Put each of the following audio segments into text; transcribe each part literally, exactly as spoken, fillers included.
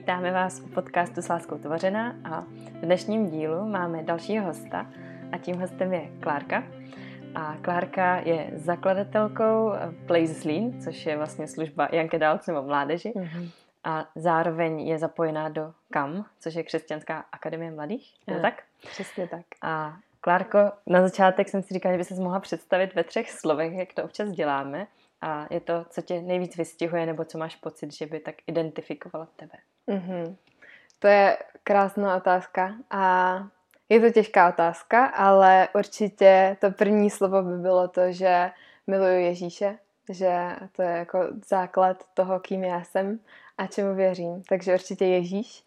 Vítáme vás u podcastu S láskou tvořená a v dnešním dílu máme dalšího hosta a tím hostem je Klárka. A Klárka je zakladatelkou Place Zlín, což je vlastně služba Janky Dálcové mládeži mm-hmm. a zároveň je zapojená do K A M, což je Křesťanská akademie mladých. Je to tak? Přesně tak. A Klárko, na začátek jsem si říkala, že by ses mohla představit ve třech slovech, jak to občas děláme. A je to, co tě nejvíc vystihuje, nebo co máš pocit, že by tak identifikovalo tebe? Mm-hmm. To je krásná otázka a je to těžká otázka, ale určitě to první slovo by bylo to, že miluju Ježíše, že to je jako základ toho, kým já jsem a čemu věřím. Takže určitě Ježíš.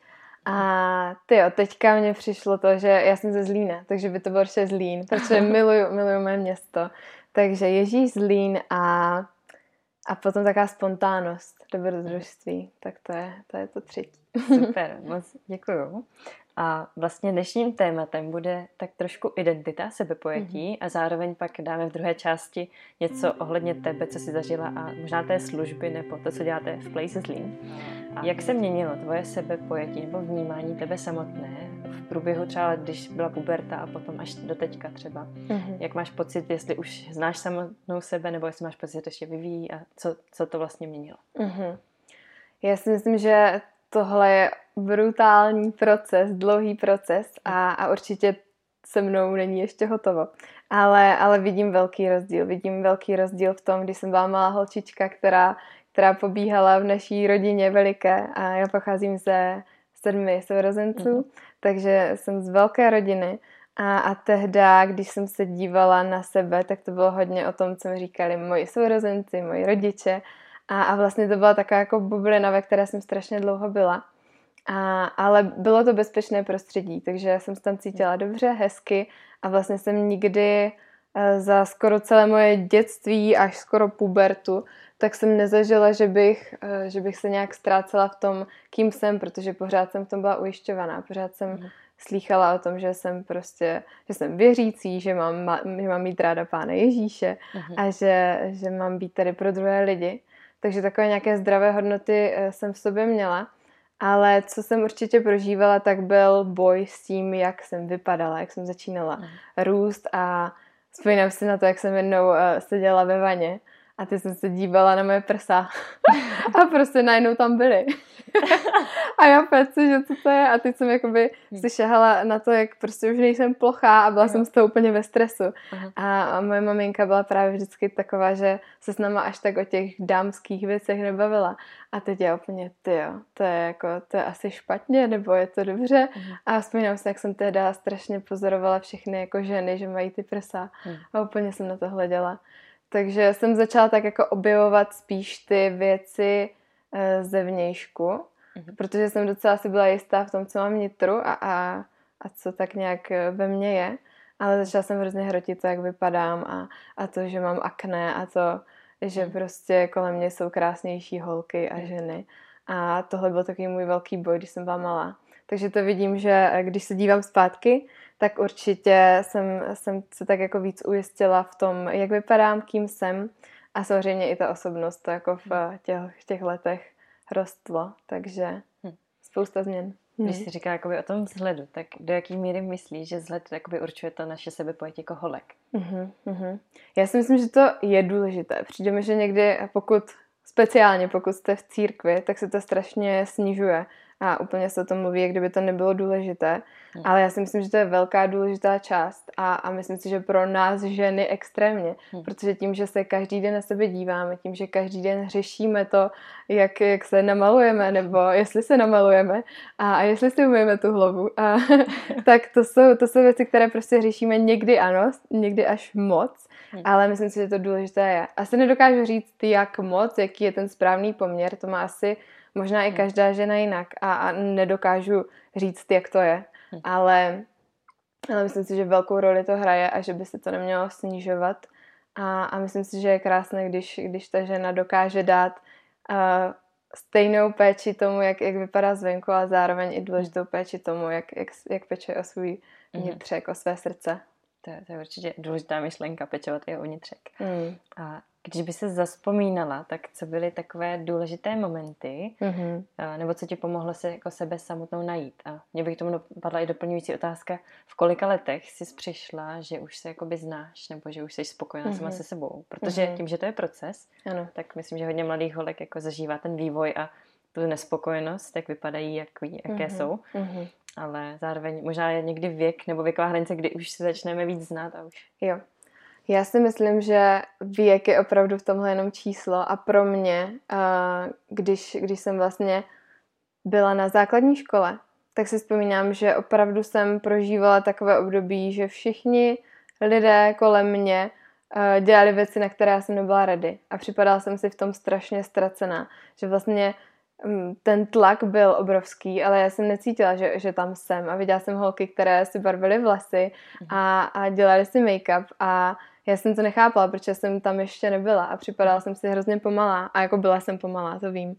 A tyjo, teďka mně přišlo to, že já jsem ze Zlína, takže by to bylo určitě Zlín, protože miluju, miluju moje město. Takže Ježíš, Zlín a A potom taková spontánnost, dobrodružství, tak to je to, je to třetí. Super, moc děkuju. A vlastně dnešním tématem bude tak trošku identita, sebepojetí mm-hmm. a zároveň pak dáme v druhé části něco ohledně tebe, co jsi zažila a možná té služby nebo to, co děláte v Place Zlín. A jak se měnilo tvoje sebepojetí nebo vnímání tebe samotné v průběhu třeba, když byla puberta a potom až do teďka třeba? Mm-hmm. Jak máš pocit, jestli už znáš samotnou sebe nebo jestli máš pocit, že to ještě vyvíjí a co, co to vlastně měnilo? Mm-hmm. Já si myslím, že tohle je brutální proces, dlouhý proces a, a určitě se mnou není ještě hotovo. Ale, ale vidím velký rozdíl. Vidím velký rozdíl v tom, když jsem byla malá holčička, která, která pobíhala v naší rodině veliké a já pocházím ze sedmi sourozenců, mm-hmm. takže jsem z velké rodiny a, a tehda, když jsem se dívala na sebe, tak to bylo hodně o tom, co mi říkali moji sourozenci, moji rodiče. A, a vlastně to byla taková jako bublina, ve které jsem strašně dlouho byla. A, ale bylo to bezpečné prostředí, takže jsem se tam cítila dobře, hezky a vlastně jsem nikdy za skoro celé moje dětství až skoro pubertu, tak jsem nezažila, že bych, že bych se nějak ztrácela v tom, kým jsem, protože pořád jsem v tom byla ujišťovaná, pořád jsem mm. slýchala o tom, že jsem prostě, že jsem věřící, že mám, že mám mít ráda Pána Ježíše mm. a že, že mám být tady pro druhé lidi. Takže takové nějaké zdravé hodnoty jsem v sobě měla. Ale co jsem určitě prožívala, tak byl boj s tím, jak jsem vypadala, jak jsem začínala mm. růst a vzpomínám si na to, jak jsem jednou uh, seděla ve vaně a ty jsem se dívala na moje prsa a prostě najednou tam byly. A já pět, že co to je? A teď jsem jakoby si šahala na to, jak prostě už nejsem plochá a byla uh-huh. jsem z toho úplně ve stresu. Uh-huh. A, a moje maminka byla právě vždycky taková, že se s náma až tak o těch dámských věcech nebavila. A teď je úplně, tyjo, to je jako, to je asi špatně, nebo je to dobře. Uh-huh. A vzpomínám si, jak jsem teda strašně pozorovala všechny jako ženy, že mají ty prsa. Uh-huh. A úplně jsem na to hleděla. Takže jsem začala tak jako objevovat spíš ty věci e, zevnějšku, mm-hmm. protože jsem docela si byla jistá v tom, co mám vnitru a, a, a co tak nějak ve mně je. Ale začala jsem hrozně hrotit to, jak vypadám a, a to, že mám akné a to, že mm. prostě kolem mě jsou krásnější holky a ženy. A tohle byl takový můj velký boj, když jsem byla malá. Takže to vidím, že když se dívám zpátky, tak určitě jsem, jsem se tak jako víc ujistila v tom, jak vypadám, kým jsem a samozřejmě i ta osobnost to jako v těch, v těch letech rostlo, takže spousta změn. Když jsi říká jakoby o tom vzhledu, tak do jaký míry myslíš, že vzhled jakoby určuje to naše sebepojetí jako holek? Uh-huh, uh-huh. Já si myslím, že to je důležité. Přijde mi, že někdy, pokud speciálně pokud jste v církvi, tak se to strašně snižuje. A úplně se o tom mluví, jak kdyby to nebylo důležité. Hmm. Ale já si myslím, že to je velká důležitá část. A, a myslím si, že pro nás ženy extrémně. Hmm. Protože tím, že se každý den na sebe díváme, tím, že každý den řešíme to, jak, jak se namalujeme, nebo jestli se namalujeme a, a jestli si umyjeme tu hlavu. A, tak to jsou, to jsou věci, které prostě řešíme někdy ano, někdy až moc. Hmm. Ale myslím si, že to důležité je. Asi nedokážu říct, jak moc, jaký je ten správný poměr. To má asi možná i každá žena jinak a, a nedokážu říct, jak to je. Ale, ale myslím si, že velkou roli to hraje a že by se to nemělo snižovat. A, a myslím si, že je krásné, když, když ta žena dokáže dát uh, stejnou péči tomu, jak, jak vypadá zvenku, a zároveň i důležitou péči tomu, jak, jak, jak peče o svůj vnitřek, mm. o své srdce. To je, to je určitě důležitá myšlenka, pečovat i o vnitřek. Mm. A když by se zazpomínala, tak co byly takové důležité momenty, mm-hmm. nebo co ti pomohlo se jako sebe samotnou najít? A mě by k tomu padla i doplňující otázka, v kolika letech jsi přišla, že už se jakoby znáš, nebo že už jsi spokojená mm-hmm. sama se sebou? Protože mm-hmm. tím, že to je proces, ano. tak myslím, že hodně mladých holek jako zažívá ten vývoj a tu nespokojenost, jak vypadají, jak, jaké mm-hmm. jsou. Mm-hmm. Ale zároveň možná je někdy věk nebo věková hranice, kdy už se začneme víc znát a už. Jo. Já si myslím, že věk je opravdu v tomhle jenom číslo a pro mě, když, když jsem vlastně byla na základní škole, tak si vzpomínám, že opravdu jsem prožívala takové období, že všichni lidé kolem mě dělali věci, na které já jsem nebyla ready a připadala jsem si v tom strašně ztracená, že vlastně ten tlak byl obrovský, ale já jsem necítila, že, že tam jsem a viděla jsem holky, které si barvily vlasy a, a dělali si make-up a já jsem to nechápala, protože jsem tam ještě nebyla a připadala jsem si hrozně pomalá a jako byla jsem pomalá, to vím.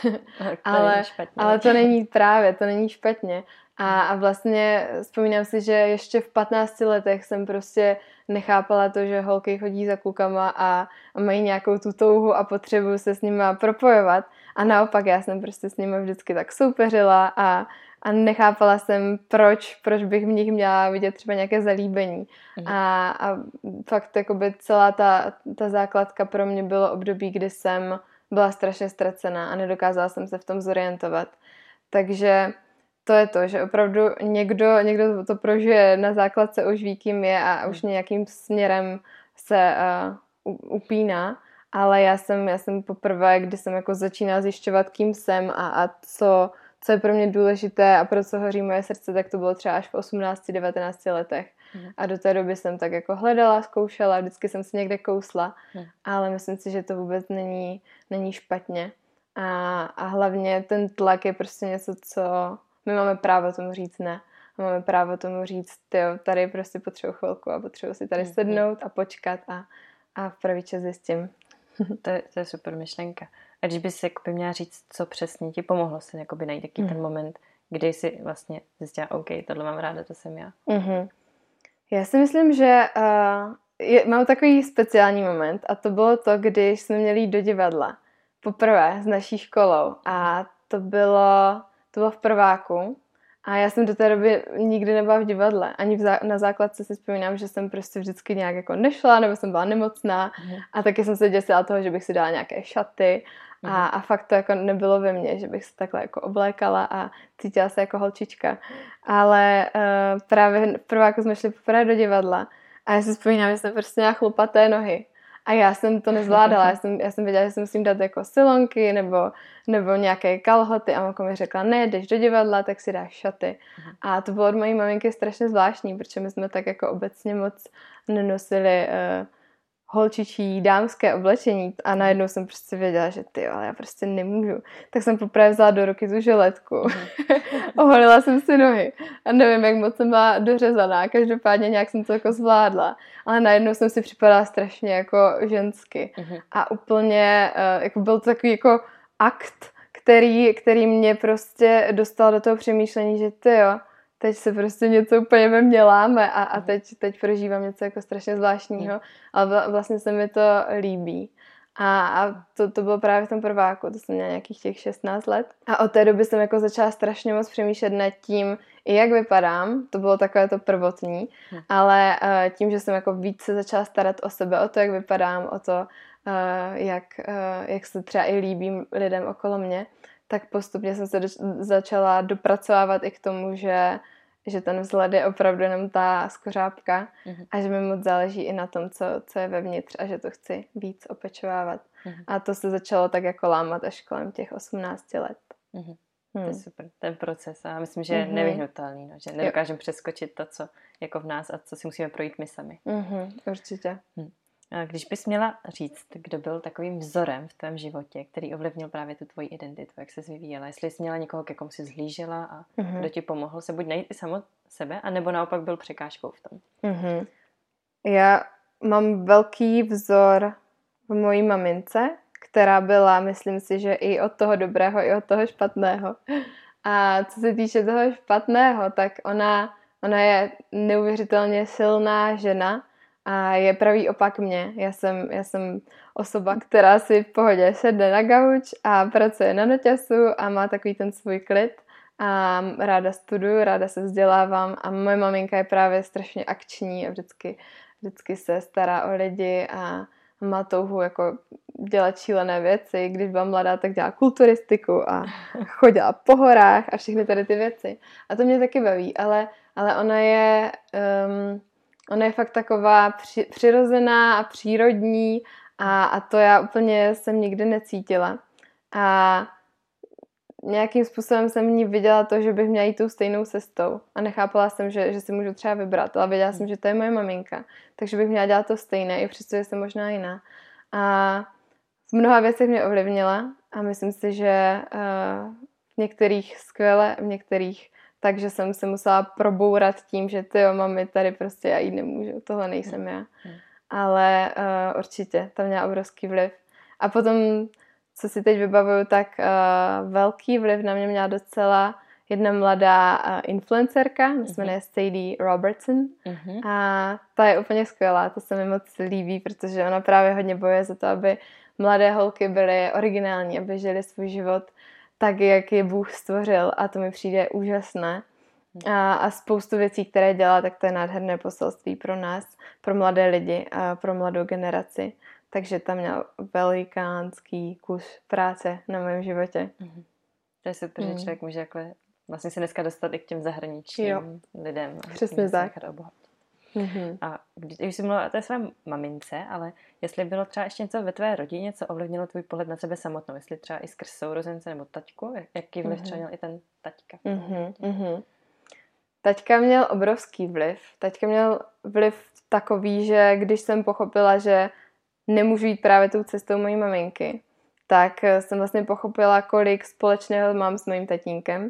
To ale, ale to není právě, to není špatně a, a vlastně vzpomínám si, že ještě v patnácti letech jsem prostě nechápala to, že holky chodí za klukama a, a mají nějakou tu touhu a potřebu se s nima propojovat a naopak já jsem prostě s nimi vždycky tak soupeřila a, a nechápala jsem, proč, proč bych v nich měla vidět třeba nějaké zalíbení. Mm. A, a fakt jakoby celá ta, ta základka pro mě bylo období, kdy jsem byla strašně ztracená a nedokázala jsem se v tom zorientovat. Takže to je to, že opravdu někdo, někdo to prožije na základce už ví, kým je a už nějakým směrem se uh, upíná, ale já jsem, já jsem poprvé, kdy jsem jako začínala zjišťovat, kým jsem a, a co, co je pro mě důležité a pro co hoří moje srdce, tak to bylo třeba až v osmnácti devatenácti letech. Mm. A do té doby jsem tak jako hledala, zkoušela, vždycky jsem si někde kousla, mm. ale myslím si, že to vůbec není, není špatně. A, a hlavně ten tlak je prostě něco, co my máme právo tomu říct ne. A máme právo tomu říct, tyjo, tady prostě potřebuji chvilku a potřebuji si tady sednout a počkat a, a v pravý čas zjistím. To je, to je super myšlenka. A když bys jakoby měla říct, co přesně ti pomohlo se jakoby najít taký mm. ten moment, kdy jsi vlastně zjistila, OK, tohle mám ráda, to jsem já. Mm-hmm. Já si myslím, že uh, je, mám takový speciální moment a to bylo to, když jsme měli jít do divadla. Poprvé s naší školou a to bylo, to bylo v prváku a já jsem do té doby nikdy nebyla v divadle. Ani v zá, na základce si vzpomínám, že jsem prostě vždycky nějak jako nešla nebo jsem byla nemocná mm. a taky jsem se děsila toho, že bych si dala nějaké šaty mm. a, a fakt to jako nebylo ve mně, že bych se takhle jako oblékala a cítila se jako holčička. Ale uh, právě v prváku jsme šli poprvé do divadla a já si vzpomínám, že jsem prostě měla chlupaté nohy. A já jsem to nezvládala, já jsem, já jsem věděla, že si musím dát jako silonky nebo, nebo nějaké kalhoty a mamka mi řekla, ne, jdeš do divadla, tak si dáš šaty. A to bylo od mojí maminky strašně zvláštní, protože my jsme tak jako obecně moc nenosili uh, holčičí dámské oblečení a najednou jsem prostě věděla, že ty, ale já prostě nemůžu. Tak jsem poprvé vzala do ruky tu žiletku. Oholila jsem si nohy a nevím, jak moc jsem byla dořezaná, každopádně nějak jsem to jako zvládla. Ale najednou jsem si připadala strašně jako žensky. A úplně, jako byl to takový jako akt, který, který mě prostě dostal do toho přemýšlení, že ty jo, teď se prostě něco úplně ve mně láme a, a teď, teď prožívám něco jako strašně zvláštního, ale vlastně se mi to líbí. A, a to, to bylo právě v tom prváku, to jsem měla nějakých těch šestnáct let. A od té doby jsem jako začala strašně moc přemýšlet nad tím, i jak vypadám, to bylo takové to prvotní, hmm. ale uh, tím, že jsem jako víc se začala starat o sebe, o to, jak vypadám, o to, uh, jak, uh, jak se třeba i líbím lidem okolo mě, tak postupně jsem se do, začala dopracovávat i k tomu, že, že ten vzhled je opravdu jenom ta skořápka mm-hmm. a že mi moc záleží i na tom, co, co je vevnitř a že to chci víc opečovávat. Mm-hmm. A to se začalo tak jako lámat až kolem těch osmnácti let. Mm-hmm. Hmm. To je super, ten proces a myslím, že je mm-hmm. nevyhnutelný, no, že nedokážeme přeskočit to, co jako v nás a co si musíme projít my sami. Mm-hmm, určitě. Hmm. A když bys měla říct, kdo byl takovým vzorem v tvém životě, který ovlivnil právě tu tvoji identitu, jak se vyvíjela, jestli jsi měla někoho, ke komu jsi zhlížela a mm-hmm. kdo ti pomohl se buď najít i samo sebe, anebo naopak byl překážkou v tom. Mm-hmm. Já mám velký vzor v mojí mamince, která byla, myslím si, že i od toho dobrého, i od toho špatného. A co se týče toho špatného, tak ona, ona je neuvěřitelně silná žena a je pravý opak mě. Já jsem, já jsem osoba, která si v pohodě sedne na gauč a pracuje na noťasu a má takový ten svůj klid a ráda studuju, ráda se vzdělávám a moje maminka je právě strašně akční a vždycky, vždycky se stará o lidi a má touhu jako dělat šílené věci. Když byla mladá, tak dělá kulturistiku a chodila po horách a všechny tady ty věci. A to mě taky baví, ale, ale ona je um, ona je fakt taková při, přirozená a přírodní a, a to já úplně jsem nikdy necítila. A nějakým způsobem jsem v ní viděla to, že bych měla jít tou stejnou cestou a nechápala jsem, že, že si můžu třeba vybrat, ale věděla jsem, že to je moje maminka, takže bych měla dělat to stejné, i přesto, že jsem možná jiná. A v mnoha věcech mě ovlivnila a myslím si, že uh, v některých skvěle, v některých tak, že jsem se musela probourat tím, že tyjo, mami, tady prostě já jít nemůžu, tohle nejsem já. Ale uh, určitě, to měla obrovský vliv. A potom, co si teď vybavuju, tak uh, velký vliv na mě měla docela jedna mladá uh, influencerka, mm-hmm. se jmenuje Sadie Robertson. Mm-hmm. A ta je úplně skvělá, to se mi moc líbí, protože ona právě hodně bojuje za to, aby mladé holky byly originální, aby žili svůj život tak, jak je Bůh stvořil a to mi přijde úžasné. A, a spoustu věcí, které dělá, tak to je nádherné poselství pro nás, pro mladé lidi a pro mladou generaci. Takže tam měl velikánský kus práce na mém životě. Mm-hmm. To je super, mm. že člověk může takhle vlastně se dneska dostat i k těm zahraničním jo. lidem. Přesně tak. Mm-hmm. A když jsi mluvila o té své mamince, ale jestli bylo třeba ještě něco ve tvé rodině, co ovlivnilo tvůj pohled na sebe samotnou, jestli třeba i skrz sourozence nebo taťku, jaký vliv mm-hmm. třeba měl i ten taťka? Mm-hmm. Taťka měl obrovský vliv. Taťka měl vliv takový, že když jsem pochopila, že nemůžu jít právě tou cestou mojí maminky, tak jsem vlastně pochopila, kolik společného mám s mojím tatínkem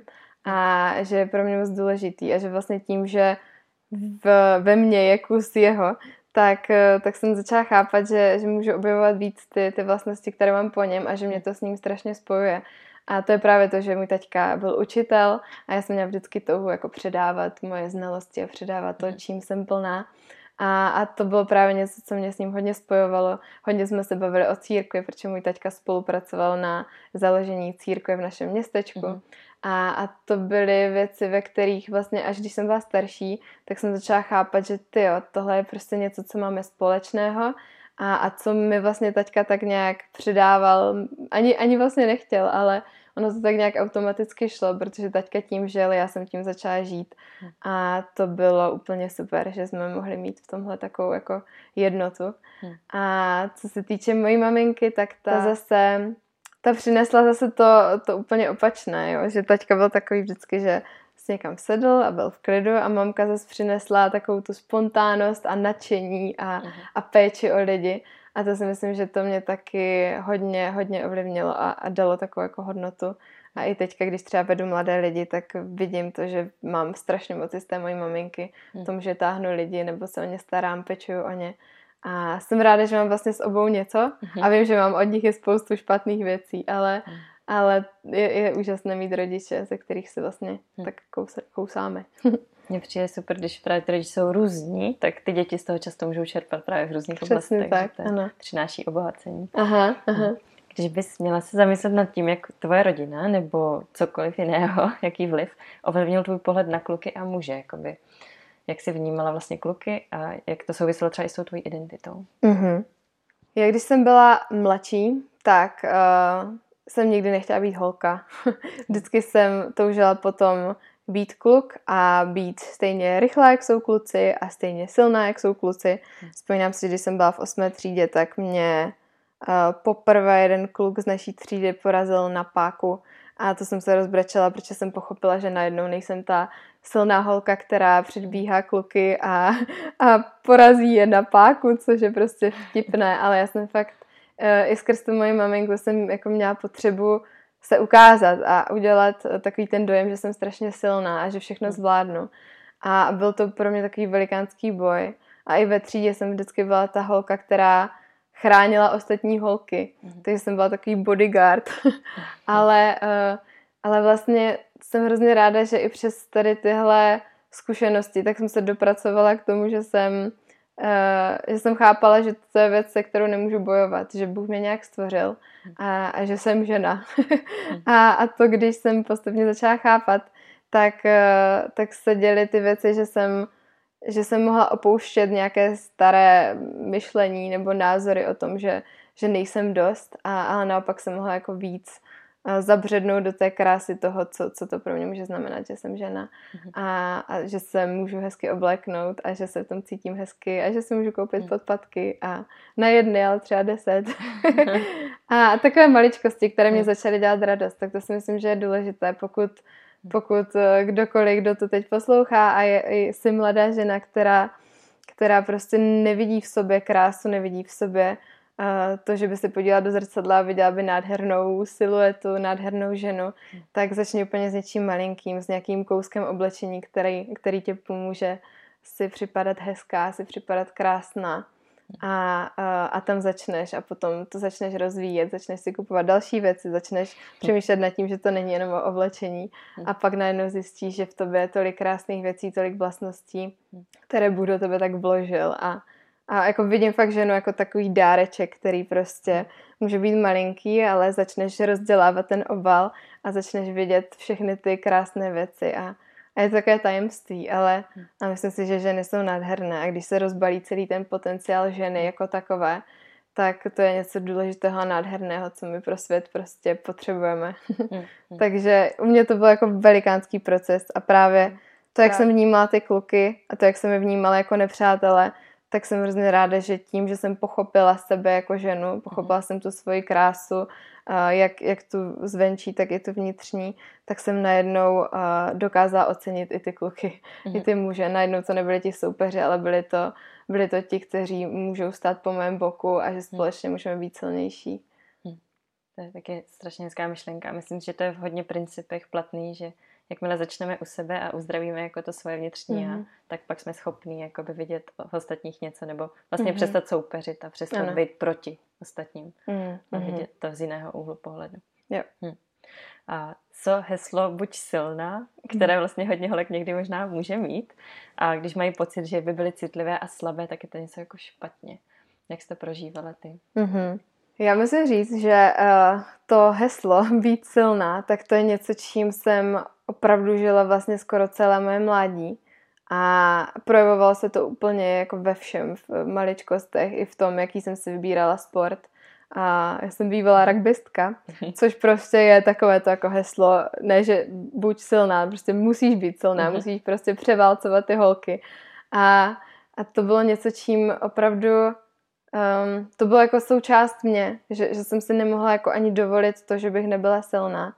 a že je pro mě moc důležitý a že vlastně tím, že v, ve mně je kus jeho, tak, tak jsem začala chápat, že, že můžu objevovat víc ty, ty vlastnosti, které mám po něm a že mě to s ním strašně spojuje. A to je právě to, že můj taťka byl učitel a já jsem měla vždycky touhu jako předávat moje znalosti a předávat to, čím jsem plná. A, a to bylo právě něco, co mě s ním hodně spojovalo. Hodně jsme se bavili o církvi, protože můj taťka spolupracoval na založení církve v našem městečku. Mm-hmm. A, a to byly věci, ve kterých vlastně, až když jsem byla starší, tak jsem začala chápat, že tyjo, tohle je prostě něco, co máme společného a, a co mi vlastně taťka tak nějak předával. Ani, ani vlastně nechtěl, ale ono to tak nějak automaticky šlo, protože taťka tím žil, já jsem tím začala žít. A to bylo úplně super, že jsme mohli mít v tomhle takovou jako jednotu. A co se týče mojí maminky, tak ta zase, ta přinesla zase to, to úplně opačné, jo? Že taťka byl takový vždycky, že s někam sedl a byl v klidu a mamka zase přinesla takovou tu spontánnost a nadšení a, a péči o lidi. A to si myslím, že to mě taky hodně, hodně ovlivnilo a, a dalo takovou jako hodnotu. A i teďka, když třeba vedu mladé lidi, tak vidím to, že mám strašně moc z té mojí maminky v tom, že táhnu lidi nebo se o ně starám, pečuju o ně. A jsem ráda, že mám vlastně s obou něco a vím, že mám od nich je spoustu špatných věcí, ale, ale je, je úžasné mít rodiče, ze kterých se vlastně tak kous, kousáme. Mně přijde super, když právě ty rodiče jsou různí, tak ty děti z toho často můžou čerpat právě v různých oblastech, tak, že to přináší obohacení. Aha, aha. Když bys měla se zamyslet nad tím, jak tvoje rodina nebo cokoliv jiného, jaký vliv ovlivnil tvůj pohled na kluky a muže, jakoby, jak jsi vnímala vlastně kluky a jak to souviselo třeba i s tou tvojí identitou? Mm-hmm. Já když jsem byla mladší, tak uh, jsem nikdy nechtěla být holka. Vždycky jsem toužila potom být kluk a být stejně rychlá, jak jsou kluci a stejně silná, jak jsou kluci. Vzpomínám si, když jsem byla v osmé třídě, tak mě uh, poprvé jeden kluk z naší třídy porazil na páku a to jsem se rozbrečela, protože jsem pochopila, že najednou nejsem ta silná holka, která předbíhá kluky a, a porazí je na páku, což je prostě vtipné, ale já jsem fakt uh, i skrz tu moji maminku jsem jako měla potřebu se ukázat a udělat takový ten dojem, že jsem strašně silná a že všechno zvládnu. A byl to pro mě takový velikánský boj. A i ve třídě jsem vždycky byla ta holka, která chránila ostatní holky. Mm. Takže jsem byla takový bodyguard. ale, uh, ale vlastně jsem hrozně ráda, že i přes tady tyhle zkušenosti, tak jsem se dopracovala k tomu, že jsem uh, že jsem chápala, že to je věc, se kterou nemůžu bojovat, že Bůh mě nějak stvořil a, a že jsem žena. a, a to, když jsem postupně začala chápat, tak, uh, tak se děly ty věci, že jsem, že jsem mohla opouštět nějaké staré myšlení nebo názory o tom, že, že nejsem dost, a, ale naopak jsem mohla jako víc zabřednout do té krásy toho, co, co to pro mě může znamenat, že jsem žena a, a že se můžu hezky obléknout a že se v tom cítím hezky a že si můžu koupit podpatky a na jedny, ale třeba deset. A takové maličkosti, které mě začaly dělat radost, tak to si myslím, že je důležité, pokud, pokud kdokoliv, kdo to teď poslouchá a je, jsi mladá žena, která, která prostě nevidí v sobě krásu, nevidí v sobě Uh, to, že by se podívala do zrcadla a viděla by nádhernou siluetu, nádhernou ženu, hmm. tak začni úplně s něčím malinkým, s nějakým kouskem oblečení, který, který tě pomůže si připadat hezká, si připadat krásná. A, a, a tam začneš a potom to začneš rozvíjet, začneš si kupovat další věci, začneš přemýšlet nad tím, že to není jenom o oblečení a pak najednou zjistíš, že v tobě je tolik krásných věcí, tolik vlastností, které Bůh do tebe tak vložil a A jako vidím fakt ženu jako takový dáreček, který prostě může být malinký, ale začneš rozdělávat ten obal a začneš vidět všechny ty krásné věci a, a je to takové tajemství, ale a myslím si, že ženy jsou nádherné a když se rozbalí celý ten potenciál ženy jako takové, tak to je něco důležitého a nádherného, co my pro svět prostě potřebujeme. Takže u mě to byl jako velikánský proces a právě to, jak jsem vnímala ty kluky a to, jak jsem je vnímala jako nepřátele, tak jsem hrozně ráda, že tím, že jsem pochopila sebe jako ženu, pochopila jsem tu svoji krásu, jak, jak tu zvenčí, tak i tu vnitřní, tak jsem najednou dokázala ocenit i ty kluky, mm-hmm. i ty muže. Najednou to nebyli ti soupeři, ale byli to, byli to ti, kteří můžou stát po mém boku a že společně můžeme být silnější. Mm. To je taky strašně hezká myšlenka. Myslím, že to je v hodně principech platný, že jakmile začneme u sebe a uzdravíme jako to svoje vnitřní mm-hmm. a tak pak jsme schopní jakoby vidět v ostatních něco nebo vlastně mm-hmm. přestat soupeřit a přestat ano. být proti ostatním mm-hmm. a vidět to z jiného úhlu pohledu. Jo. Hm. A co heslo buď silná, které vlastně hodně holek někdy možná může mít a když mají pocit, že by byly citlivé a slabé, tak je to něco jako špatně. Jak jste prožívala ty? Mm-hmm. Já musím říct, že uh, to heslo být silná, tak to je něco, čím jsem opravdu žila vlastně skoro celé moje mládí a projevovalo se to úplně jako ve všem, v maličkostech i v tom, jaký jsem si vybírala sport. A já jsem bývala rugbystka, což prostě je takové to jako heslo, ne, že buď silná, prostě musíš být silná, musíš prostě převálcovat ty holky. A, a to bylo něco, čím opravdu Um, to bylo jako součást mě, že, že jsem si nemohla jako ani dovolit to, že bych nebyla silná.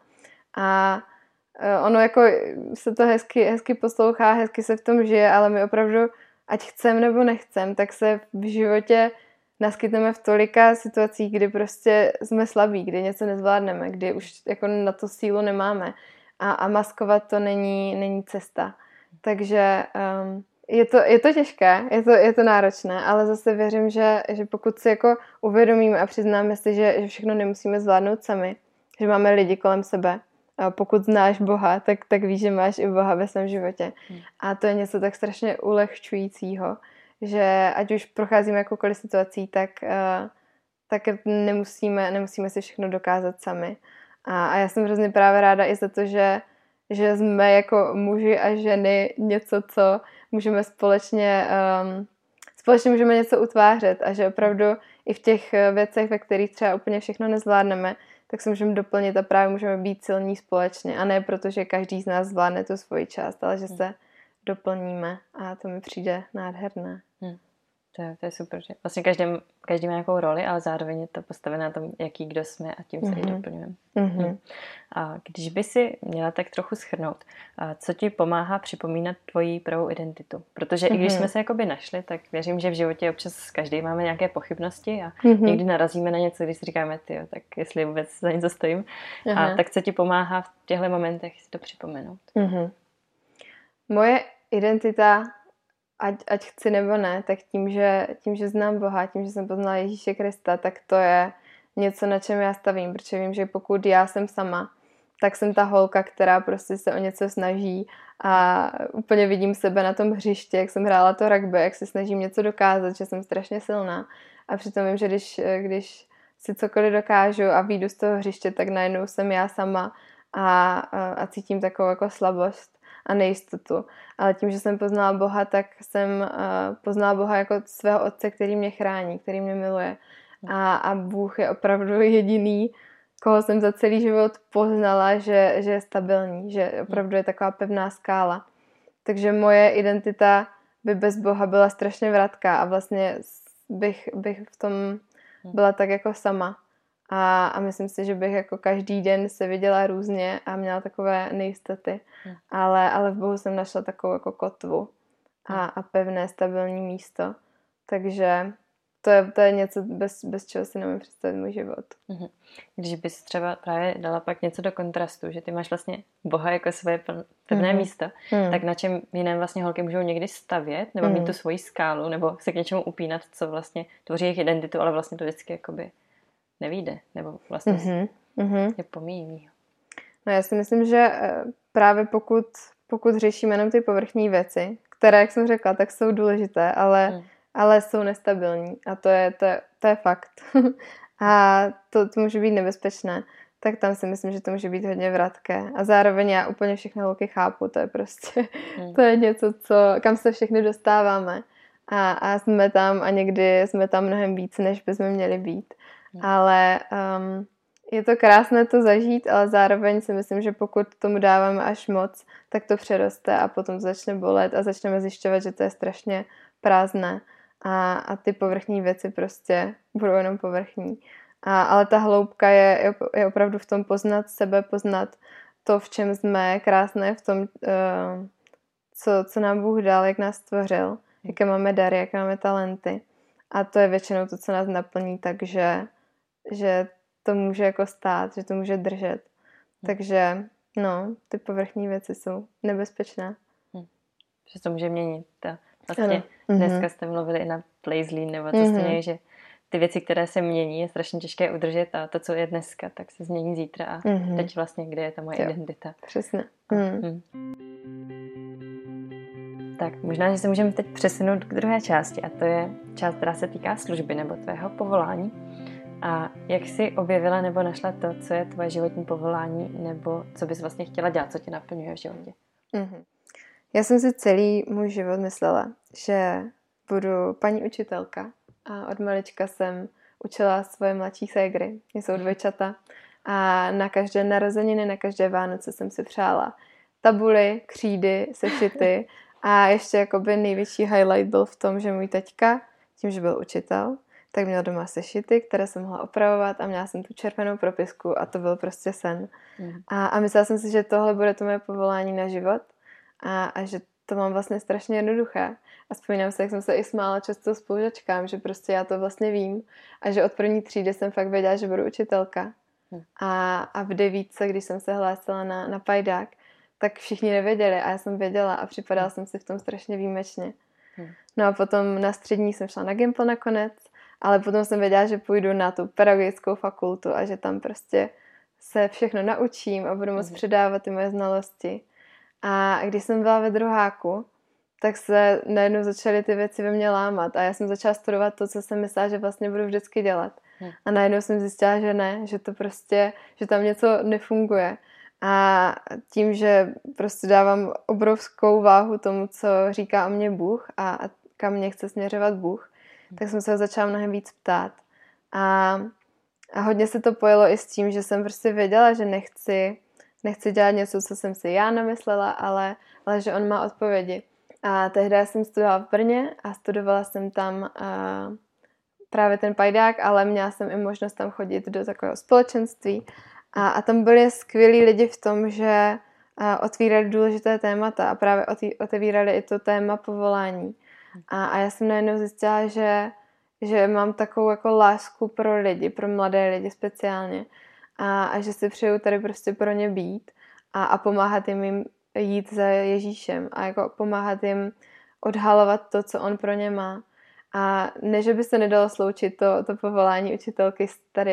A uh, ono jako se to hezky, hezky poslouchá, hezky se v tom žije, ale my opravdu, ať chcem nebo nechcem, tak se v životě naskytneme v tolika situacích, kdy prostě jsme slabí, kdy něco nezvládneme, kdy už jako na to sílu nemáme. A, a maskovat to není, není cesta. Takže um, Je to, je to těžké, je to, je to náročné, ale zase věřím, že, že pokud si jako uvědomíme a přiznáme si, že, že všechno nemusíme zvládnout sami, že máme lidi kolem sebe, a pokud znáš Boha, tak, tak víš, že máš i Boha ve svém životě. Hmm. A to je něco tak strašně ulehčujícího, že ať už procházíme jakoukoliv situací, tak, uh, tak nemusíme, nemusíme si všechno dokázat sami. A, a já jsem hrozně právě ráda i za to, že, že jsme jako muži a ženy něco, co můžeme společně, um, společně můžeme něco utvářet a že opravdu i v těch věcech, ve kterých třeba úplně všechno nezvládneme, tak se můžeme doplnit a právě můžeme být silní společně a ne proto, že každý z nás zvládne tu svoji část, ale že se doplníme a to mi přijde nádherné. Hmm. To je, to je super, že vlastně každý, každý má nějakou roli, ale zároveň je to postavené na tom, jaký kdo jsme a tím se mm-hmm. i doplňujeme. Mm-hmm. A když by si měla tak trochu shrnout, co ti pomáhá připomínat tvoji pravou identitu? Protože mm-hmm. i když jsme se jakoby našli, tak věřím, že v životě občas každý máme nějaké pochybnosti a mm-hmm. někdy narazíme na něco, když si říkáme, tyjo, tak jestli vůbec za něco stojím. Aha. A tak co ti pomáhá v těchto momentech si to připomenout? Mm-hmm. Moje identita, Ať, ať chci nebo ne, tak tím že, tím, že znám Boha, tím, že jsem poznala Ježíše Krista, tak to je něco, na čem já stavím, protože vím, že pokud já jsem sama, tak jsem ta holka, která prostě se o něco snaží a úplně vidím sebe na tom hřišti, jak jsem hrála to rugby, jak se snažím něco dokázat, že jsem strašně silná. A přitom vím, že když, když si cokoliv dokážu a vyjdu z toho hřiště, tak najednou jsem já sama a, a, a cítím takovou jako slabost a nejistotu. Ale tím, že jsem poznala Boha, tak jsem uh, poznala Boha jako svého otce, který mě chrání, který mě miluje. A, a Bůh je opravdu jediný, koho jsem za celý život poznala, že, že je stabilní, že opravdu je taková pevná skála. Takže moje identita by bez Boha byla strašně vratká a vlastně bych, bych v tom byla tak jako sama. A, a myslím si, že bych jako každý den se viděla různě a měla takové nejistoty. Ale, ale v Bohu jsem našla takovou jako kotvu a, a pevné, stabilní místo. Takže to je, to je něco, bez, bez čeho si nemůžu představit můj život. Když bys třeba právě dala pak něco do kontrastu, že ty máš vlastně Boha jako svoje pevné mm-hmm. místo, mm. tak na čem jiném vlastně holky můžou někdy stavět, nebo mm. mít tu svoji skálu, nebo se k něčemu upínat, co vlastně tvoří jejich identitu, ale vlastně to vždycky jakoby nevyjde, nebo vlastně mm-hmm. je pomíjí. No já si myslím, že právě pokud, pokud řešíme jenom ty povrchní věci, které, jak jsem řekla, tak jsou důležité, ale mm. ale jsou nestabilní a to je, to je, to je fakt. A to, to může být nebezpečné. Tak tam si myslím, že to může být hodně vratké. A zároveň já úplně všechny holky chápu. To je prostě, hmm. to je něco, co, kam se všechny dostáváme. A, a jsme tam a někdy jsme tam mnohem víc, než bychom měli být. Hmm. Ale um, je to krásné to zažít, ale zároveň si myslím, že pokud tomu dáváme až moc, tak to přeroste a potom to začne bolet a začneme zjišťovat, že to je strašně prázdné. A, a ty povrchní věci prostě budou jenom povrchní. A, ale ta hloubka je, je opravdu v tom poznat sebe, poznat to, v čem jsme, krásné v tom, uh, co, co nám Bůh dal, jak nás stvořil, jaké máme dary, jaké máme talenty. A to je většinou to, co nás naplní, takže že to může jako stát, že to může držet. Takže no, ty povrchní věci jsou nebezpečné. Že to může měnit. Ta, vlastně ano. Dneska mm-hmm. jste mluvili i na Plaisley, nebo co mm-hmm. jste měli, že ty věci, které se mění, je strašně těžké udržet a to, co je dneska, tak se změní zítra a mm-hmm. teď vlastně, kde je ta moje jo. identita. Přesně. Mm. Mm. Tak možná, že se můžeme teď přesunout k druhé části a to je část, která se týká služby nebo tvého povolání. A jak jsi objevila nebo našla to, co je tvoje životní povolání nebo co bys vlastně chtěla dělat, co tě naplňuje v životě? Mm-hmm. Já jsem si celý můj život myslela, že budu paní učitelka a od malička jsem učila svoje mladší ségry. Jsou dvojčata a na každé narozeniny, na každé Vánoce jsem si přála tabuly, křídy, sešity a ještě jakoby největší highlight byl v tom, že můj taťka, tím, že byl učitel, tak měl doma sešity, které jsem mohla opravovat a měla jsem tu červenou propisku a to byl prostě sen. Mm. A, a myslela jsem si, že tohle bude to moje povolání na život a, a že to mám vlastně strašně jednoduché. A vzpomínám se, jak jsem se i smála často spolužačkám, že prostě já to vlastně vím a že od první třídy jsem fakt věděla, že budu učitelka. Mm. A, a v devítce, když jsem se hlásila na, na pajdák, tak všichni nevěděli a já jsem věděla a připadala mm. jsem si v tom strašně výjimečně. Mm. No a potom na střední jsem šla na Gimpl nakonec, ale potom jsem věděla, že půjdu na tu pedagogickou fakultu a že tam prostě se všechno naučím a budu moct předávat ty moje znalosti. A když jsem byla ve druháku, tak se najednou začaly ty věci ve mně lámat a já jsem začala studovat to, co jsem myslela, že vlastně budu vždycky dělat. A najednou jsem zjistila, že ne, že to prostě, že tam něco nefunguje. A tím, že prostě dávám obrovskou váhu tomu, co říká o mě Bůh a, a kam mě chce směřovat Bůh, tak jsem se ho začala mnohem víc ptát. A, a hodně se to pojilo i s tím, že jsem prostě věděla, že nechci, nechci dělat něco, co jsem si já namyslela, ale, ale že on má odpovědi. A tehdy jsem studovala v Brně a studovala jsem tam uh, právě ten pajdák, ale měla jsem i možnost tam chodit do takového společenství. A, a tam byli skvělí lidi v tom, že uh, otvírali důležité témata a právě otevírali i to téma povolání. A, a já jsem najednou zjistila, že, že mám takovou jako lásku pro lidi, pro mladé lidi speciálně. A, a že si přeju tady prostě pro ně být a, a pomáhat jim, jim jít za Ježíšem a jako pomáhat jim odhalovat to, co on pro ně má. A ne, že by se nedalo sloučit to, to povolání učitelky s tady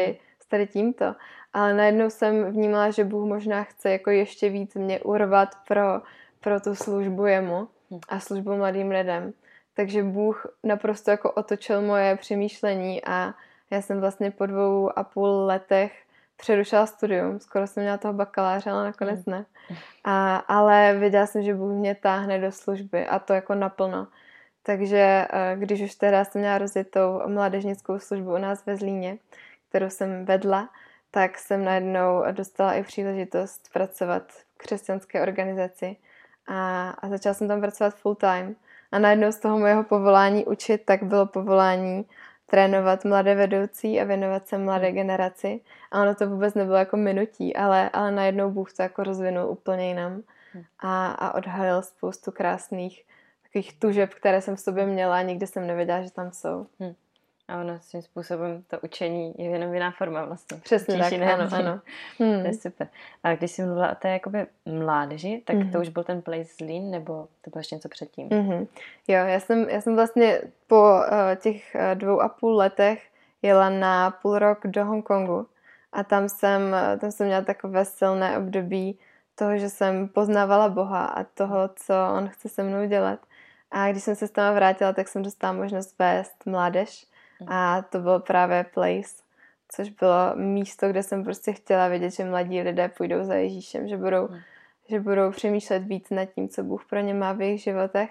s tady tímto. Ale najednou jsem vnímala, že Bůh možná chce jako ještě víc mě urvat pro, pro tu službu jemu a službu mladým lidem. Takže Bůh naprosto jako otočil moje přemýšlení a já jsem vlastně po dvou a půl letech přerušila studium. Skoro jsem měla toho bakaláře, ale nakonec ne. A, ale věděla jsem, že Bůh mě táhne do služby a to jako naplno. Takže když už teda jsem měla rozjetou mládežnickou službu u nás ve Zlíně, kterou jsem vedla, tak jsem najednou dostala i příležitost pracovat v křesťanské organizaci a, a začala jsem tam pracovat full time. A najednou z toho mojeho povolání učit, tak bylo povolání trénovat mladé vedoucí a věnovat se mladé generaci. A ono to vůbec nebylo jako minutí, ale, ale najednou Bůh to jako rozvinul úplně jinam a, a odhalil spoustu krásných takových tužeb, které jsem v sobě měla a nikdy jsem nevěděla, že tam jsou. Hmm. A ono svým způsobem to učení je jenom jiná forma vlastně. Přesně tak, ano, ano. Hmm. To je super. A když jsi mluvila o té jakoby mládeži, tak mm-hmm. to už byl ten Place Zlín, nebo to bylo ještě něco předtím? Mm-hmm. Jo, já jsem, já jsem vlastně po uh, těch uh, dvou a půl letech jela na půl rok do Hongkongu a tam jsem, tam jsem měla takové silné období toho, že jsem poznávala Boha a toho, co on chce se mnou dělat. A když jsem se s tam vrátila, tak jsem dostala možnost vést mládež a to bylo právě Place, což bylo místo, kde jsem prostě chtěla vědět, že mladí lidé půjdou za Ježíšem, že budou, hmm. že budou přemýšlet víc nad tím, co Bůh pro ně má v jejich životech.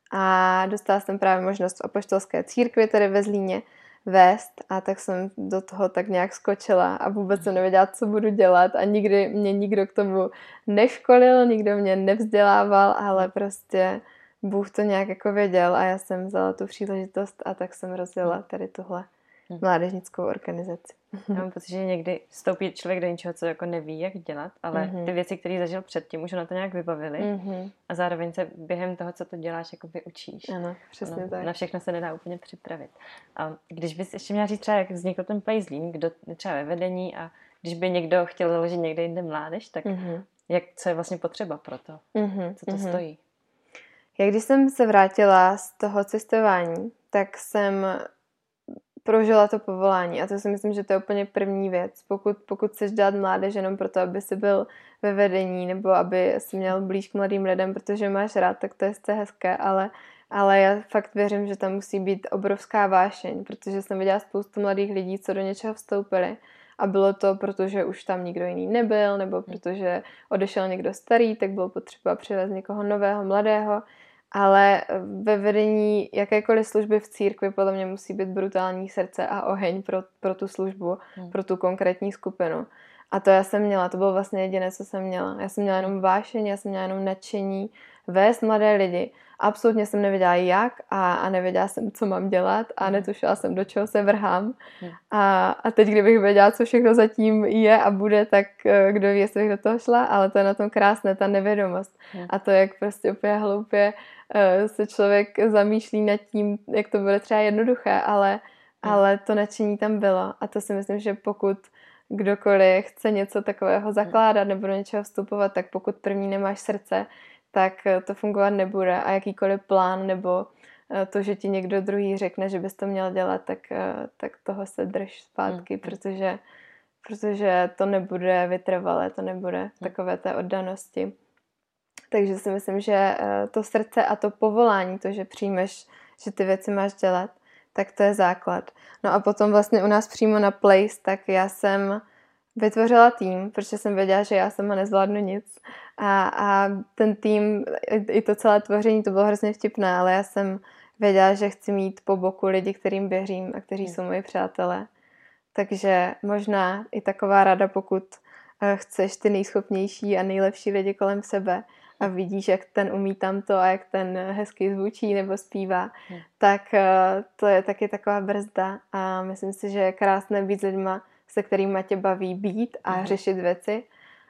A dostala jsem právě možnost v apoštolské církvi, tady ve Zlíně, vést a tak jsem do toho tak nějak skočila a vůbec jsem nevěděla, co budu dělat a nikdy mě nikdo k tomu neškolil, nikdo mě nevzdělával, ale prostě Bůh to nějak jako věděl a já jsem vzala tu příležitost a tak jsem rozjela tady tuhle mládežnickou organizaci. Já mám pocit, že někdy vstoupí člověk do něčeho, co jako neví, jak dělat, ale mm-hmm. ty věci, které zažil předtím, už ho na to nějak vybavili mm-hmm. a zároveň se během toho, co to děláš, jakoby učíš. Ano, přesně no, tak. Na všechno se nedá úplně připravit. A když bys ještě měla říct třeba, jak vznikl ten Place Zlín, kdo třeba ve vedení a když by někdo chtěl založit někde jinde mládež, tak mm-hmm. jak, co je vlastně potřeba pro to? Mm-hmm. Co to mm-hmm. stojí? Já když jsem se vrátila z toho cestování, tak jsem prožila to povolání a to si myslím, že to je úplně první věc. Pokud, pokud chceš dělat mládež jenom proto, aby jsi byl ve vedení nebo aby jsi měl blíž k mladým lidem, protože máš rád, tak to je sice hezké, ale, ale já fakt věřím, že tam musí být obrovská vášeň, protože jsem viděla spoustu mladých lidí, co do něčeho vstoupili a bylo to, protože už tam nikdo jiný nebyl nebo protože odešel někdo starý, tak bylo potřeba přivést někoho nového, mladého. Ale ve vedení jakékoliv služby v církvi podle mě musí být brutální srdce a oheň pro, pro tu službu, hmm. pro tu konkrétní skupinu. A to já jsem měla, to bylo vlastně jediné, co jsem měla. Já jsem měla jenom vášeň, já jsem měla jenom nadšení vést mladé lidi. Absolutně jsem nevěděla jak a, a nevěděla jsem, co mám dělat a netušila jsem, do čeho se vrhám. Hmm. A, a teď, kdybych věděla, co všechno zatím je a bude, tak kdo ví, jestli bych do toho šla, ale to je na tom krásné, ta nevědomost. Hmm. A to, jak prostě úplně hloupě se člověk zamýšlí nad tím, jak to bude třeba jednoduché, ale, hmm. ale to nadšení tam bylo. A to si myslím, že pokud kdokoliv chce něco takového zakládat nebo do něčeho vstupovat, tak pokud první nemáš srdce, tak to fungovat nebude. A jakýkoliv plán nebo to, že ti někdo druhý řekne, že bys to měl dělat, tak, tak toho se drž zpátky, hmm. protože, protože to nebude vytrvalé, to nebude hmm. takové té oddanosti. Takže si myslím, že to srdce a to povolání, to, že přijmeš, že ty věci máš dělat, tak to je základ. No a potom vlastně u nás přímo na Place, tak já jsem vytvořila tým, protože jsem věděla, že já sama nezvládnu nic. A, a ten tým, i to celé tvoření, to bylo hrozně vtipné, ale já jsem věděla, že chci mít po boku lidi, kterým věřím a kteří jsou moji přátelé. Takže možná i taková rada, pokud chceš ty nejschopnější a nejlepší lidi kolem sebe a vidíš, jak ten umí tamto a jak ten hezky zvučí nebo zpívá, hmm. tak to je taky taková brzda a myslím si, že je krásné být s lidma, se kterýma tě baví být a hmm. řešit věci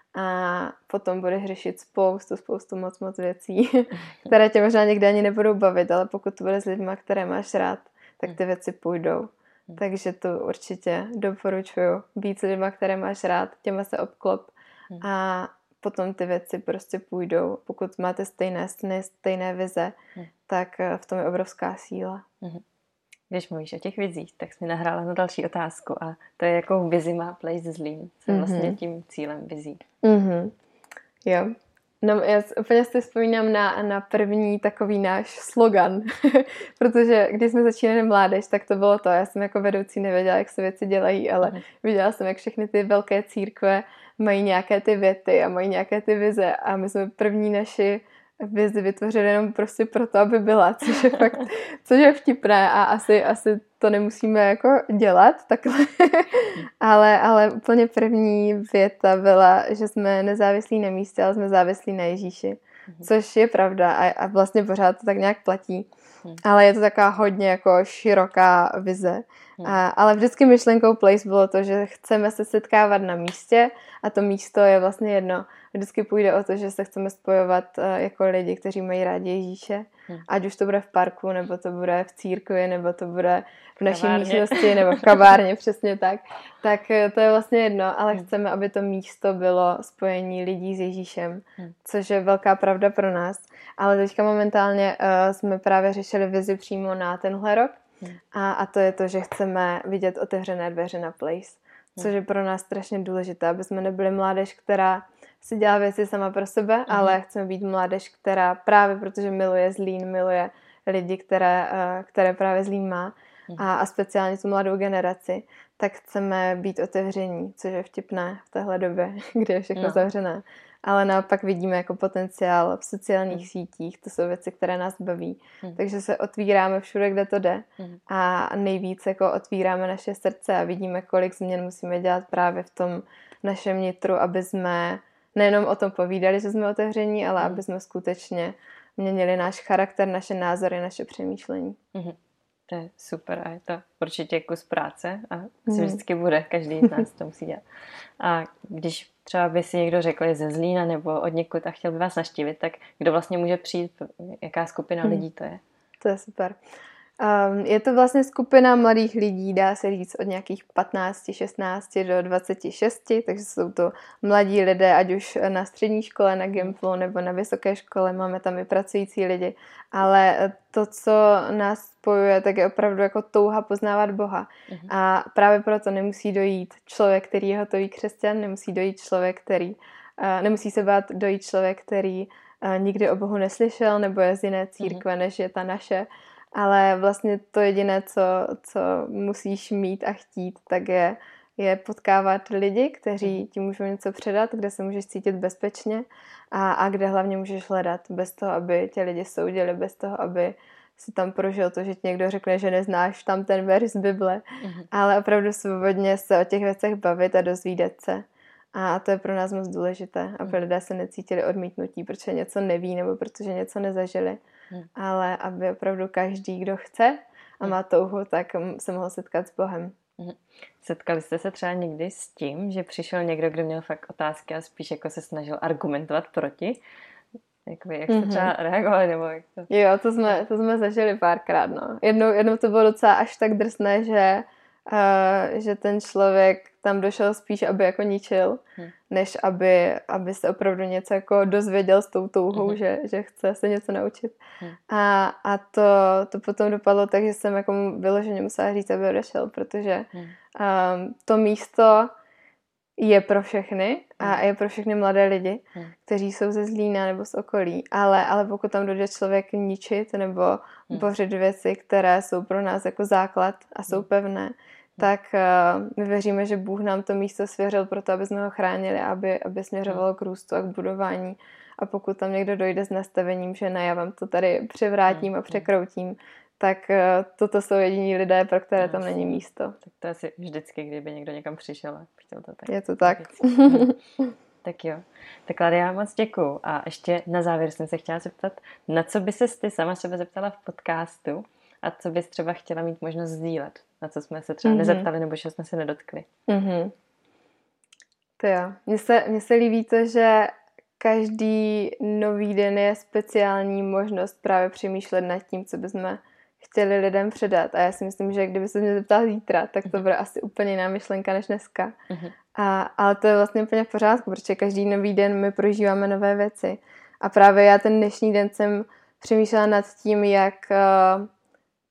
a potom budeš řešit spoustu, spoustu moc, moc věcí, které tě možná někdy ani nebudou bavit, ale pokud to bude s lidma, které máš rád, tak ty věci půjdou. Takže to určitě doporučuju. Být s lidma, které máš rád, těma se obklop a potom ty věci prostě půjdou. Pokud máte stejné sny, stejné vize, tak v tom je obrovská síla. když mluvíš o těch vizích, tak jsi mi nahrála na další otázku a to je, jakou vizi má Place Zlín, co je vlastně tím cílem vizí. Mm-hmm. Jo. No, já úplně si vzpomínám na, na první takový náš slogan, protože když jsme začínali mládež, tak to bylo to. Já jsem jako vedoucí nevěděla, jak se věci dělají, ale mm. viděla jsem, jak všechny ty velké církve mají nějaké ty věty a mají nějaké ty vize a my jsme první naši vizi vytvořili jenom prostě proto, aby byla, což je fakt, což je vtipné a asi, asi to nemusíme jako dělat takhle, ale, ale úplně první věta byla, že jsme nezávislí na místě, ale jsme závislí na Ježíši, což je pravda a, a vlastně pořád to tak nějak platí, ale je to taková hodně jako široká vize. A, ale vždycky myšlenkou Place bylo to, že chceme se setkávat na místě a to místo je vlastně jedno. Vždycky půjde o to, že se chceme spojovat uh, jako lidi, kteří mají rádi Ježíše. Hmm. Ať už to bude v parku, nebo to bude v církvi, nebo to bude v naší kavárně. místnosti, nebo v kavárně, přesně tak. Tak to je vlastně jedno, ale hmm. chceme, aby to místo bylo spojení lidí s Ježíšem, hmm. což je velká pravda pro nás. Ale teďka momentálně uh, jsme právě řešili vizi přímo na tenhle rok. Hmm. A, a to je to, že chceme vidět otevřené dveře na Place. Což je pro nás strašně důležité, aby jsme nebyli mládež, která si dělá věci sama pro sebe, mm. ale chceme být mládež, která právě protože miluje Zlín, miluje lidi, které, které právě Zlín má mm. a, a speciálně tu mladou generaci, tak chceme být otevření, což je vtipné v téhle době, kdy je všechno no. zavřené. Ale naopak vidíme jako potenciál v sociálních mm. sítích, to jsou věci, které nás baví. Mm. Takže se otvíráme všude, kde to jde mm. a nejvíc jako otvíráme naše srdce a vidíme, kolik změn musíme dělat právě v tom našem nitru, aby jsme nejenom o tom povídali, že jsme otevření, ale mm. aby jsme skutečně měnili náš charakter, naše názory, naše přemýšlení. Mm. To je super a je to určitě kus práce a asi mm. vždycky bude, každý z nás to musí dělat. A když třeba by si někdo řekl, je ze Zlína nebo od někud a chtěl by vás navštívit, tak kdo vlastně může přijít, jaká skupina mm. lidí to je? To je super. Um, je to vlastně skupina mladých lidí, dá se říct od nějakých patnáct, šestnáct do dvacet šest, takže jsou to mladí lidé, ať už na střední škole, na Gimplu nebo na vysoké škole, máme tam i pracující lidi, ale to, co nás spojuje, tak je opravdu jako touha poznávat Boha. Mhm. A právě proto nemusí dojít člověk, který je hotový křesťan, nemusí dojít člověk, který, uh, nemusí se bát dojít člověk, který uh, nikdy o Bohu neslyšel nebo je z jiné církve, mhm. než je ta naše. Ale vlastně to jediné, co, co musíš mít a chtít, tak je, je potkávat lidi, kteří ti můžou něco předat, kde se můžeš cítit bezpečně a, a kde hlavně můžeš hledat, bez toho, aby tě lidi soudili, bez toho, aby si tam prožil to, že ti někdo řekne, že neznáš tam ten verš z Bible, mm-hmm. ale opravdu svobodně se o těch věcech bavit a dozvídat se. A to je pro nás moc důležité, aby lidé se necítili odmítnutí, protože něco neví nebo protože něco nezažili. Hmm. Ale aby opravdu každý, kdo chce a má touhu, tak se mohl setkat s Bohem. Hmm. Setkali jste se třeba někdy s tím, že přišel někdo, kdo měl fakt otázky a spíš jako se snažil argumentovat proti? Jakoby, jak jste mm-hmm. třeba reagovali? Nebo jak to... Jo, to jsme, to jsme zažili párkrát. No. Jednou, jednou to bylo docela až tak drsné, že, uh, že ten člověk tam došel spíš, aby jako ničil, hmm. než aby, aby se opravdu něco jako dozvěděl s tou touhou, hmm. že, že chce se něco naučit. Hmm. A, a to, to potom dopadlo tak, že jsem jako vyloženě musela říct, aby odešel, protože hmm. um, to místo je pro všechny a hmm. je pro všechny mladé lidi, hmm. kteří jsou ze Zlína nebo z okolí, ale, ale pokud tam dojde člověk ničit nebo hmm. bořit věci, které jsou pro nás jako základ a jsou hmm. pevné, tak uh, my věříme, že Bůh nám to místo svěřil proto, aby jsme ho chránili, aby, aby směřovalo k růstu a k budování. A pokud tam někdo dojde s nastavením, že ne, já vám to tady převrátím a překroutím, tak uh, toto jsou jediní lidé, pro které tam není místo. Tak to asi vždycky, kdyby někdo někam přišel a chtěl to tak. Je to tak. Tak jo. Tak Láďo, já moc děkuju. A ještě na závěr jsem se chtěla zeptat, na co by ses ty sama sebe zeptala v podcastu a co bys třeba chtěla mít možnost sdílet? Na co jsme se třeba mm-hmm. nezeptali, nebo že jsme se nedotkli. Mm-hmm. To jo. Mně se, mně se líbí to, že každý nový den je speciální možnost právě přemýšlet nad tím, co bychom chtěli lidem předat. A já si myslím, že kdyby se mě zeptal zítra, tak to bude asi úplně jiná myšlenka než dneska. Mm-hmm. A, ale to je vlastně úplně v pořádku, protože každý nový den my prožíváme nové věci. A právě já ten dnešní den jsem přemýšlela nad tím, jak...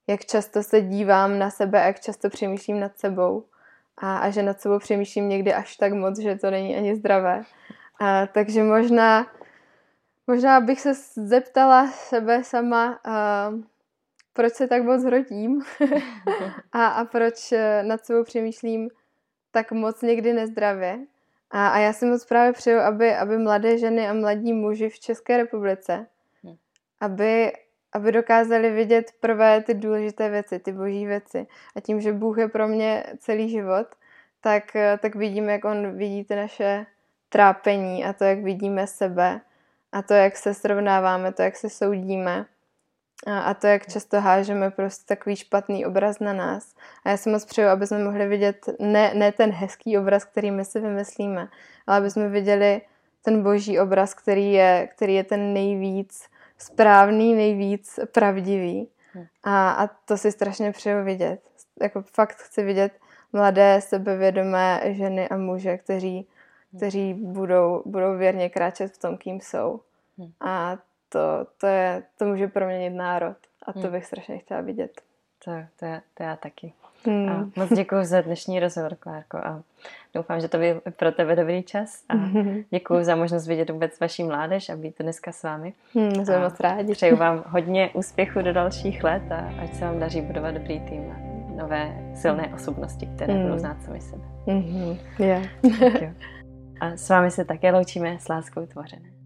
jak často se dívám na sebe a jak často přemýšlím nad sebou. A, a že nad sebou přemýšlím někdy až tak moc, že to není ani zdravé. A, takže možná, možná bych se zeptala sebe sama, a, proč se tak moc hrodím a, a proč nad sebou přemýšlím tak moc někdy nezdravě. A, a já si moc právě přeju, aby, aby mladé ženy a mladí muži v České republice, aby, aby dokázali vidět prvé ty důležité věci, ty boží věci. A tím, že Bůh je pro mě celý život, tak, tak vidím, jak on vidí ty naše trápení a to, jak vidíme sebe a to, jak se srovnáváme, to, jak se soudíme a, a to, jak často hážeme prostě takový špatný obraz na nás. A já si moc přeju, aby jsme mohli vidět ne, ne ten hezký obraz, který my si vymyslíme, ale aby jsme viděli ten boží obraz, který je, který je ten nejvíc správný, nejvíc pravdivý. A, a to si strašně přeju vidět. Jako fakt chci vidět mladé, sebevědomé ženy a muže, kteří, kteří budou, budou věrně kráčet v tom, kým jsou. A to, to, je, to může proměnit národ. A to bych strašně chtěla vidět. To, to, já, to já taky. Hmm. A moc děkuji za dnešní rozhovor, Klárko. A doufám, že to byl pro tebe dobrý čas. A děkuji za možnost vidět vůbec vaší mládež a být dneska s vámi. Hmm, jsem moc rádi. Přeju vám hodně úspěchu do dalších let a ať se vám daří budovat dobrý tým a nové silné osobnosti, které hmm. budou znát sami sebe. Mm-hmm. Yeah. A s vámi se také loučíme s láskou tvořené.